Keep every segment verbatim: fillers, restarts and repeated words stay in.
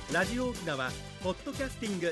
ラジオ沖縄ポッドキャスティング、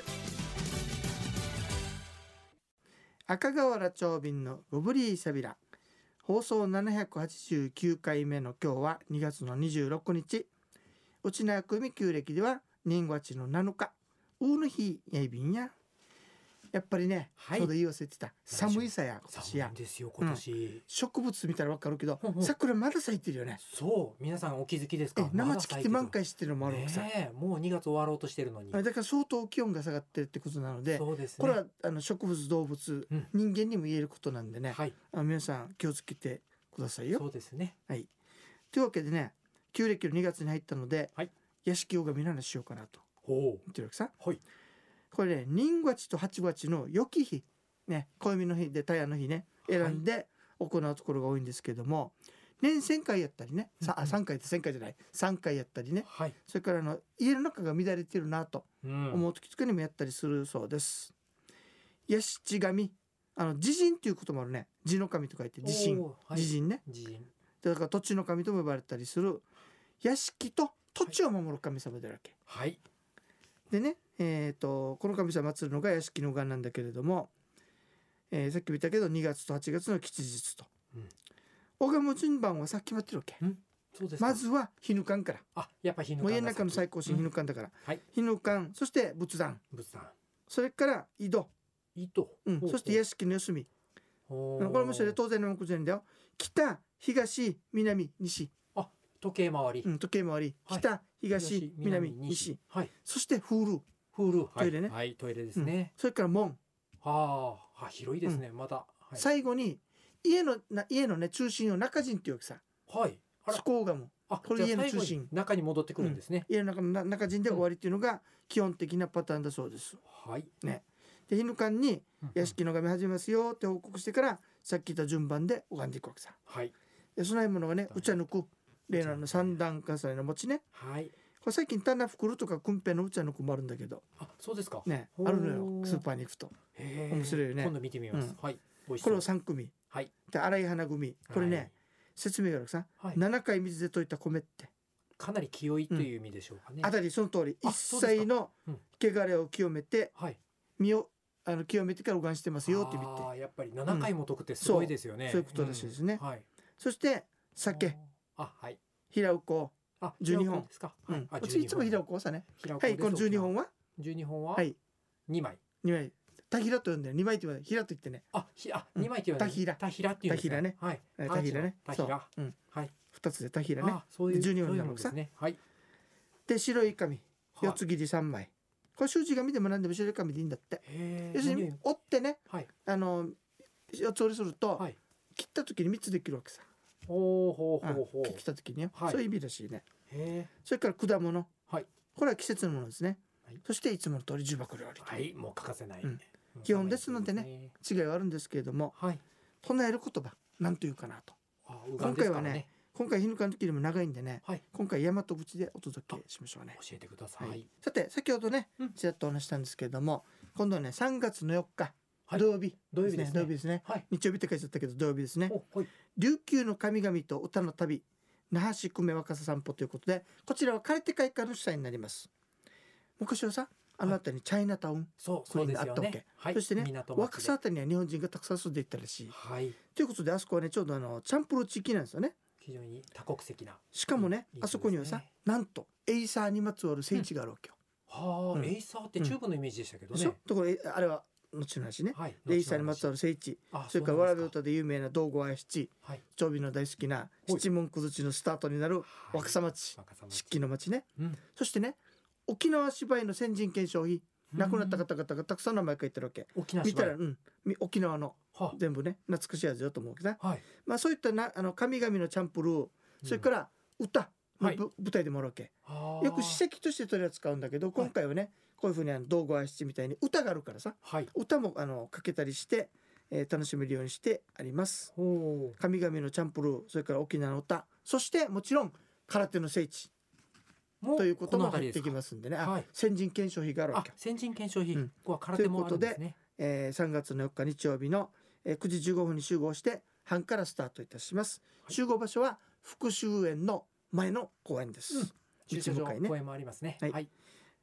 赤瓦長瓶のゴブリーサビラ、放送ななひゃくはちじゅうきゅうかいめの今日はにがつのにじゅうろくにち、うちな組旧暦では人月のなのか、うの日やいびんや。やっぱりね、 はい、 ちょうどいいおせてた寒いさや今年や。 寒いですよ今年、うん、 植物見たら分かるけど、 ほんほん桜まだ咲いてるよね。 そう、皆さんお気づきですか？ え生地切って満開してるのもあるわけさ、 ね、もうにがつ終わろうとしてるのに。 だから相当気温が下がってるってことなので、 そうですね、 これはあの植物動物、うん、人間にも言えることなんでね、はい、あの皆さん気をつけてくださいよ。 そうですね、 はい、というわけでね、旧暦のにがつに入ったので、はい、屋敷拝みの話しようかなと言ってるわけさ。はい、これね、人月と八月の良き日ね、暦の日で太陽の日ね選んで行うところが多いんですけども、年せんかいやったりね、さあさんかいってせんかいじゃないさんかいやったりね、はい、それからあの家の中が乱れてるなと思う時とかにもやったりするそうです、うん、屋敷神、あの地神っていうこともあるね。地の神とか言って地神、はい、地神ね、地神だから土地の神とも呼ばれたりする屋敷と土地を守る神様であるわけ、はい、でね、えー、とこの神様祀るのが屋敷の神なんだけれども、えー、さっき言ったけどにがつとはちがつの吉日と、うん、拝む順番はさっき決まってるわけ、うん、そうですか。まずは日ぬかんから、あ、やっぱ日ぬかんが先、もう家の中の最高神日ぬかんだから、うん、はい、日ぬかん、そして仏壇、仏壇、それから井戸、井戸、うん、そして屋敷の四隅、これもそれ当然の目前だよ。北、東、南、西、あ、時計回り、うん、時計回り、はい、北、東、東、南、西、西、はい、そしてフール、フール、トイレね、はい、はい、トイレですね、うん、それから門、はあ、広いですね、うん、また、はい、最後に家のな家のね中心を中陣っていうわけさ、はい、あらそこがもう、あ、これ家の中心、中に戻ってくるんですね、うん、家の中の中陣で終わりっていうのが基本的なパターンだそうです、はいね。で日ぬかんに屋敷の神始めますよって報告してから、さっき言った順番で拝んでいくわけさ、はい、でその辺ものがね、うちゃぬく例のあの三段重ねの餅ね、はい、これ最近棚袋とかくんぺのうちゃぬくもあるんだけど、あ、そうですかね、あるのよ、スーパーに行くと面白いよね。今度見てみます、うん、はい、これをさん組、はい、で洗い花組、これね、はい、説明があるさ、はい、ななかい水で溶いた米ってかなり清いという意味でしょうかね、うん、あたりその通り、一切の汚れを清めて、うん、身をあの清めてから拝んしてますよって言って、あ、やっぱりななかいも溶くってすごいですよね、うん、そう、そういうことらしいですね、うん、はい、そして酒、あ、はい、平うこじゅうにほんですか、うん、あ、いつも平うこさね、はい、このじゅうにほんはじゅうにほんは、はい、にまい、にまい、タヒラと呼んでにまいって言わない、ヒラと言ってね、あ、ひあ、にまいって言わない、タヒラ、タヒラっていうんですね、ね、はい、タヒラね、タヒラ、うん、はい、ふたつでタヒラね、そういうじゅうにほんになるのさ、はい、で白い紙よつ切りさんまい、これ習字紙でも何でも白い紙でいいんだって。要するに折ってね、はい、あの四つ折りすると、はい、切った時にみっつできるわけさ。ほうほうほうほう、切った時にね、はい、そういう意味らしいね。へ、それから果物、はい、これは季節のものですね、はい、そしていつもの通り重箱料理、はい、もう欠かせない、うん、基本ですのでね、違いはあるんですけれども、はい、唱える言葉なんというかなと、あ、今回はね、今回日ぬかの時にも長いんでね、はい、今回大和口でお届けしましょうね。教えてください、はい、さて先ほどね、ちらっとお話したんですけれども、今度はねさんがつのよっか、はい、土曜日、土曜日ですね、土曜日ですね、はい、日曜日って書いちゃったけど土曜日ですね、はい、琉球の神々と歌の旅、那覇市久米若狭散歩ということで、こちらは空手会館の主催になります。昔はさ、あの辺りにチャイナタウン、はい、そうそうですよね、あったわけ、はい、そしてね、若狭あたりには日本人がたくさん住んでいったらしい、はい、ということであそこはねちょうどあのチャンプルー地域なんですよね。非常に多国籍な、しかもね、いいですね、あそこにはさ、なんとエイサーにまつわる聖地があるわけよ、うん、はあ、うん、エイサーってチューブのイメージでしたけどね、うん、ところあれは後の話ね、はい、エイサーにまつわる聖地、それからわらび歌で有名な道後綾七、はい、長美の大好きな七文崩しのスタートになる若狭町、はい、漆器の町ね、うん、そしてね沖縄芝居の先人顕彰碑、亡くなった方々がたくさん名前書いてるわけ、沖縄見たら、うん、沖縄の全部ね懐かしいやつよと思うけど、はい、まあ、そういったなあの神々のチャンプルー、それから歌の、はい、舞台でもあるわけ、よく史跡として取り扱うんだけど、今回はね、はい、こういうふうにあの道後綾七みたいに歌があるからさ、はい、歌もあのかけたりして、えー、楽しめるようにしてあります。神々のチャンプルー、それから沖縄の歌、そしてもちろん空手の聖地ということも入ってきますんでね、はい、先人顕彰碑があるわけ。先人顕彰碑、うん、ここは空手もあるんですね。ということで、えー、さんがつのよっか日曜日の、えー、くじじゅうごふんに集合して半からスタートいたします、はい、集合場所は福州園の前の公園です、うん、駐車場、ね、公園もありますね、はいはい、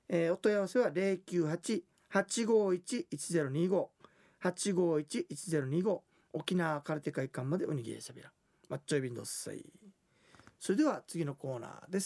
えーお問い合わせは ゼロきゅうはち はちごいち いちゼロにご はちごいち いちゼロにご沖縄空手会館までおにぎりさびらマッチョイビンドッサイ。それでは次のコーナーです。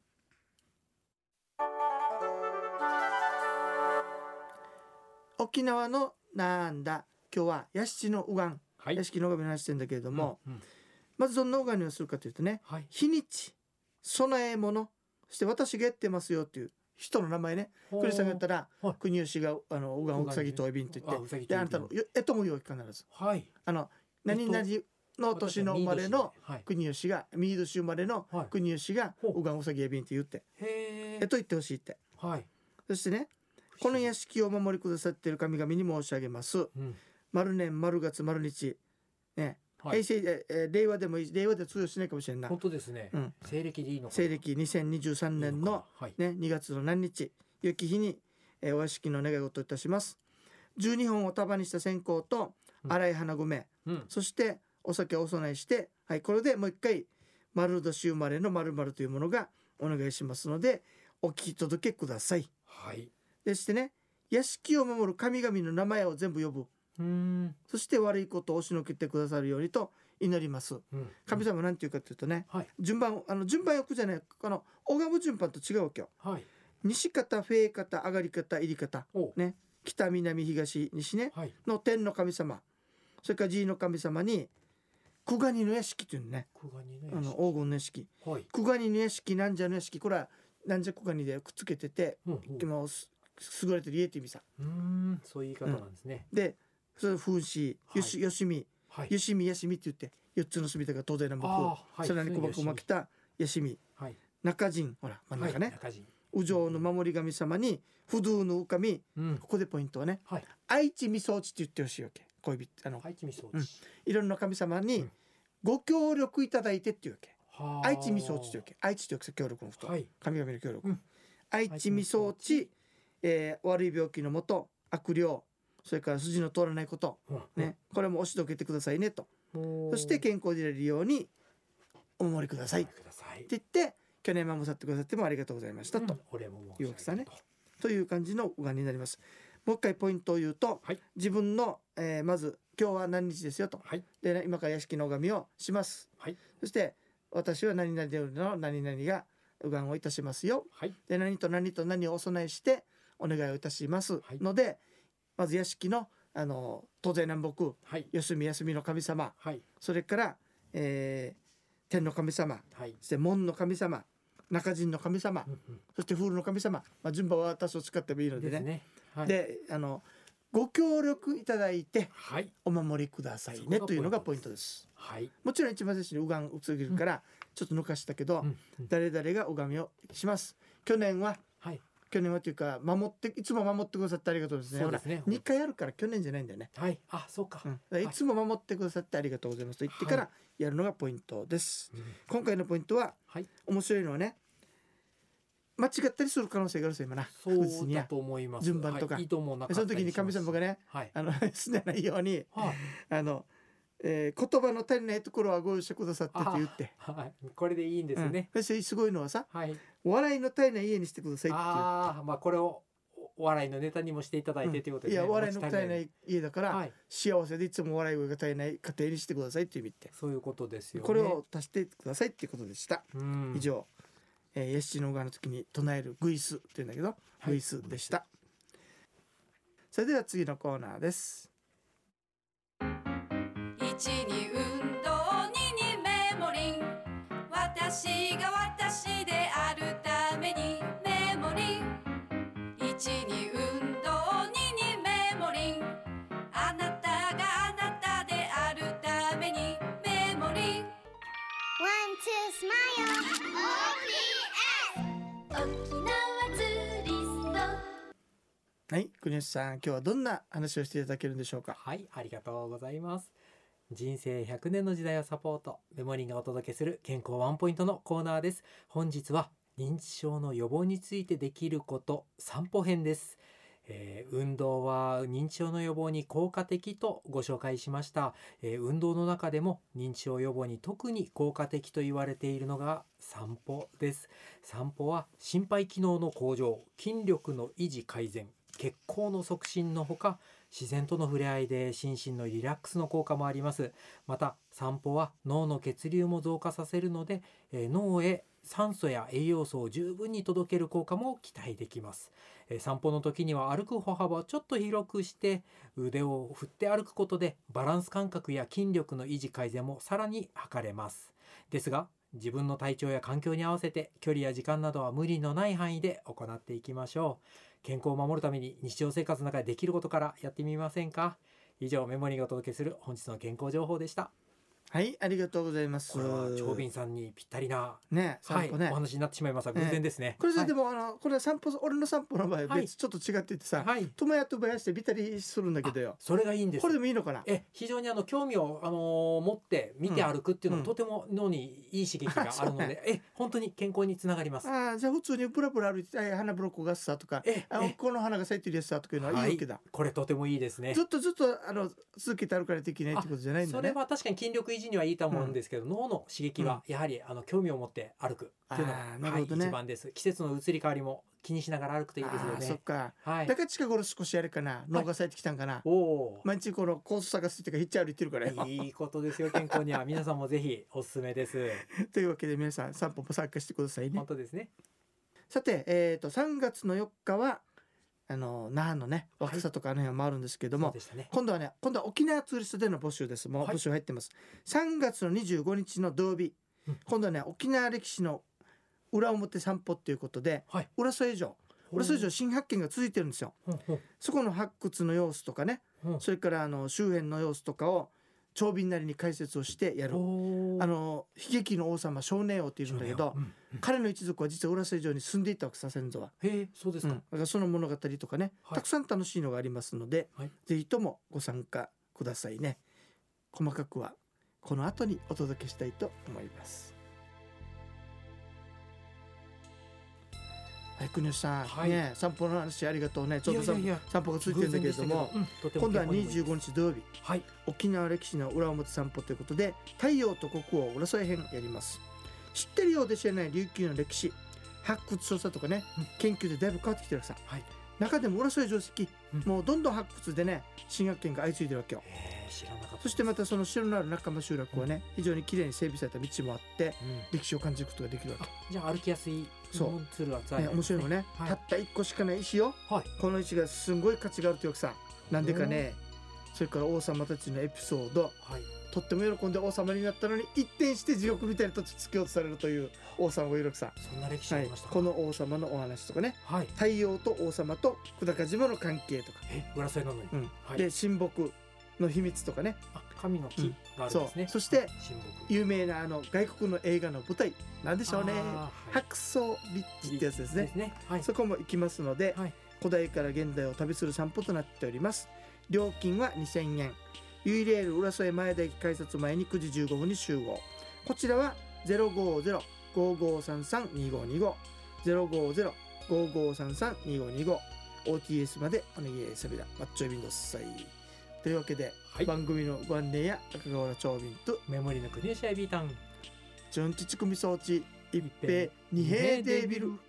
沖縄のなんだ今日は屋敷のうがん、はい、屋敷のうがんの話してるんだけれども、うんうん、まずどんなうがんをするかというとね、はい、日にち備え物そして私がやってますよっていう人の名前ね。クリスさんがやったら、はい、国吉があのうがんうさぎとえびんと言って、であなたのえともよ必ず、はい、あの何々の年の生まれの国吉がミード市生まれの国吉がうがんうさぎえびんって言ってえと言ってほしいって、はい、そしてねこの屋敷をお守りくださっている神々に申し上げます、うん、丸年丸月丸日ね、はい、平成、えー、令和でもいい令和で通用しないかもしれない。 本当ですね、うん、西暦でいいのかな。 西暦にせんにじゅうさんねんの、はいね、にがつの何日良き日に、えー、お屋敷の願い事をいたします。じゅうにほんを束にした線香と粗い花米、うん、そしてお酒をお供えして、はい、これでもう一回丸年生まれの〇〇というものがお願いしますのでお聞き届けください。はいでしてね屋敷を守る神々の名前を全部呼ぶ。うーんそして悪いことを押しのけてくださるようにと祈ります、うん、神様なんていうかというとね、はい、順番あの順番よくじゃないあの拝む順番と違うわけよ、はい、西方フェイ方上がり方入り方ね北南東西ね、はい、の天の神様それから地の神様にクガニの屋敷というねあの黄金の屋敷、はい、クガニの屋敷なんじゃの屋敷これはなんじゃクガニでくっつけてて、うんうん、もう優れてる家って意味さ。 うーんそういう言い方なんですね、 うん、でそれ風刺よしよしみよしみやしみって言ってよっつのすべてが東西南北をさらに小箱巻きたやしみ、はい、中陣ほら真ん中ね、はい、右上の守り神様に不動の神、うん、ここでポイントはね、はい、愛知みそうちって言ってほしいわけ。恋人あの愛知みそうち、 うん、いろんな神様にご協力いただいてっていうわけ、うん、愛知みそうちっていうわけ。愛知っていうわけ協力のこと、はい、神々の協力、うん、愛知みそうちえー、悪い病気のもと悪霊それから筋の通らないこと、うんね、これも押しどけてくださいねと。そして健康でいられるようにお守りくださいって言って去年守ってくださってもありがとうございましたと、うん、いうわけさねという感じのうがんになります。もう一回ポイントを言うと、はい、自分の、えー、まず今日は何日ですよと、はい、で、ね、今から屋敷の拝みをします、はい、そして私は何々での何々がうがんをいたしますよ、はい、で何と何と何をお供えしてお願いをいたしますので、はい、まず屋敷のあの東西南北、はい、よすみやすみの神様、はい、それから、えー、天の神様、はい、そして門の神様中陣の神様、うんうん、そして風呂の神様、まあ、順番は私を使ってもいいのでね。で、ねはい、であのご協力いただいてお守りくださいね、はい、というのがポイントです。はい、もちろん一番最初にうがんうつぎるからちょっと抜かしたけど、うんうん、誰々が拝みをします。去年は、はい去年はというか守っていつも守ってくださってありがとうですね。そうですね。にかいあるから去年じゃないんだよね。はい。あ、そうか。うん、いつも守ってくださってありがとうございますと言ってからやるのがポイントです。はい、今回のポイントは、はい、面白いのはね、間違ったりする可能性があるんですよ今な。 そうだと思います。 順番とか。はい、いいと思うなかったりします。その時に神様がね、はい、あのすねないように、はい、あの。えー、言葉の足りないところはご容赦くださってって言って、 はい、これでいいんですね、 うん、すごいのはさ、はい、笑いの絶えない家にしてくださいっていうあ、まあ、これをお笑いのネタにもしていただいてということで、ねうん、いや笑いの絶えない家だから、はい、幸せでいつも笑い声が絶えない家庭にしてくださいっていう意味ってそういうことですよね。 これを足してくださいっていうことでした、うん、以上、えー、ヤッシーのうがの時に唱えるグイスっていうんだけど、はい、グイスでした。それでは次のコーナーです。 いちに運動ににメモリン私が私であるためにメモリンいちに運動ににメモリンあなたがあなたであるためにメモリン ワン、ツー、スマイル オーピーエス 沖縄ツーリスト。 はい、国吉さん今日はどんな話をしていただけるんでしょうか。 はい、ありがとうございます。人生ひゃくねんの時代をサポートメモリンがお届けする健康ワンポイントのコーナーです。本日は認知症の予防についてできること散歩編です。 えー運動は認知症の予防に効果的とご紹介しました。えー運動の中でも認知症予防に特に効果的と言われているのが散歩です。散歩は心肺機能の向上、筋力の維持改善、血行の促進のほか、自然との触れ合いで心身のリラックスの効果もあります。また散歩は脳の血流も増加させるので、えー脳へ酸素や栄養素を十分に届ける効果も期待できます。えー散歩の時には歩く歩幅をちょっと広くして腕を振って歩くことでバランス感覚や筋力の維持改善もさらに図れます。ですが自分の体調や環境に合わせて距離や時間などは無理のない範囲で行っていきましょう。健康を守るために日常生活の中でできることからやってみませんか。以上、メモリーがお届けする本日の健康情報でした。 はい、ありがとうございます。 これは長瓶さんにぴったりな、 ね、散歩ね、 はい、お話になってしまいますが偶然ですね。 これで、 はいでもあのこれは散歩、俺の散歩の場合ははい別ちょっと違っててさ、 はい、 友やとばやしてビタリするんだけどよ。 それがいいんです。 これでもいいのかな。 え非常にあの興味を、あのー持って見て歩くっていうのは、 うんとても脳にいい刺激があるので、え本当に健康につながります。 ああ、じゃあ普通にブラブラ歩いて、あ花ブロッコがさとか、 えあえこの花が咲いてるやつさとかいうのはいいわけだ。 はい、これとてもいいですね。 ずっとずっとあの続けて歩かないといけないってことじゃないんだね。 それは確かに筋力維持にはいいと思うんですけど、脳の刺激はやはりあの興味を持って歩くっていうのが、 あーなるほどねはい、一番です。季節の移り変わりも気にしながら歩くといいですよあーそっね。 か。 はいだから近頃少しあれかな、脳が咲いてきたんかな。 おお毎日このコース探すっていうかヒッチ歩いてるからよ。 いいことですよ。健康には皆さんもぜひおすすめです。 というわけで皆さん散歩も参加してくださいね本。当ですね。 さて、えー、とさんがつのよっかはあの那覇のね若狭とかあの辺を回るんですけども、 そうでしたね。 今度はね今度は沖縄ツーリストでの募集です。もうはい募集入ってます。さんがつのにじゅうごにちの土曜日、 うん今度はね沖縄歴史の裏表散歩っていうことで、 はい。 浦添城浦添城新発見が続いてるんですよ。 ほんほんそこの発掘の様子とかね、 ほんそれからあの周辺の様子とかを長瓶なりに解説をしてやる。 おーあの悲劇の王様少年王っていうんだけど、 うんうん彼の一族は実は浦添城に住んでいたわけさ、先祖は。 へえ、そうですか。 うん、だからその物語とかね、 はいたくさん楽しいのがありますので、 はいぜひともご参加くださいね。細かくはこの後にお届けしたいと思います。はい、国吉さん、 はいね、散歩の話ありがとうね。ちょうど散いやいやいや散歩がついてるんだけれども、 偶然でしたけどうんとても今度は健康にもいいにじゅうごにち土曜日、 はい。 沖縄歴史の裏表散歩ということで、太陽と国王浦添編やります。知ってるようで知らない琉球の歴史、発掘調査とかね、 うん研究でだいぶ変わってきてるさ。 はい。 中でも浦添城跡、 うんもうどんどん発掘でね新発見が相次いでるわけよ。 へえ、知らなかったです。 そしてまたその城のある中間集落はね、非常にきれいに整備された道もあってうん、 歴史を感じることができるわけ。 あ、じゃあ歩きやすいそうツールは使えね、面白いのね、 はいたったいっこしかない石よ。 はい。 この石がすんごい価値があるというわけさ。なんでかね、それから王様たちのエピソード、 はい。 とっても喜んで王様になったのに一転して地獄みたいな土地突き落とされるという王様がいるわけさ。 そんな歴史あはいりましたか。 この王様のお話とかね、 はい。 太陽と王様と久高島の関係とか、 え、浦添なのに。 うんはい。 で神木の秘密とかね、 あ、神の木があるんそですね。 うそして神木。 有名なあの外国の映画の舞台なんでしょうね、 あーはい白草ビッチってやつですね。 ですね。はい。 そこも行きますので、 はい。 古代から現代を旅する散歩となっております。料金はにせんえん。ユイレール浦添前田駅改札前にくじじゅうごふんに集合。こちらは ゼロごゼロ ごーごーさんさん にーごーにーご ゼロごゼロ ごーごーさんさん にーごーにーご オーティーエス までお願いさびらマッチョビンドッサイというわけで、 はい番組のご案内や赤瓦長瓶とメモリの国吉アイビータン。 ジョンチチクミ装置一平二平デービル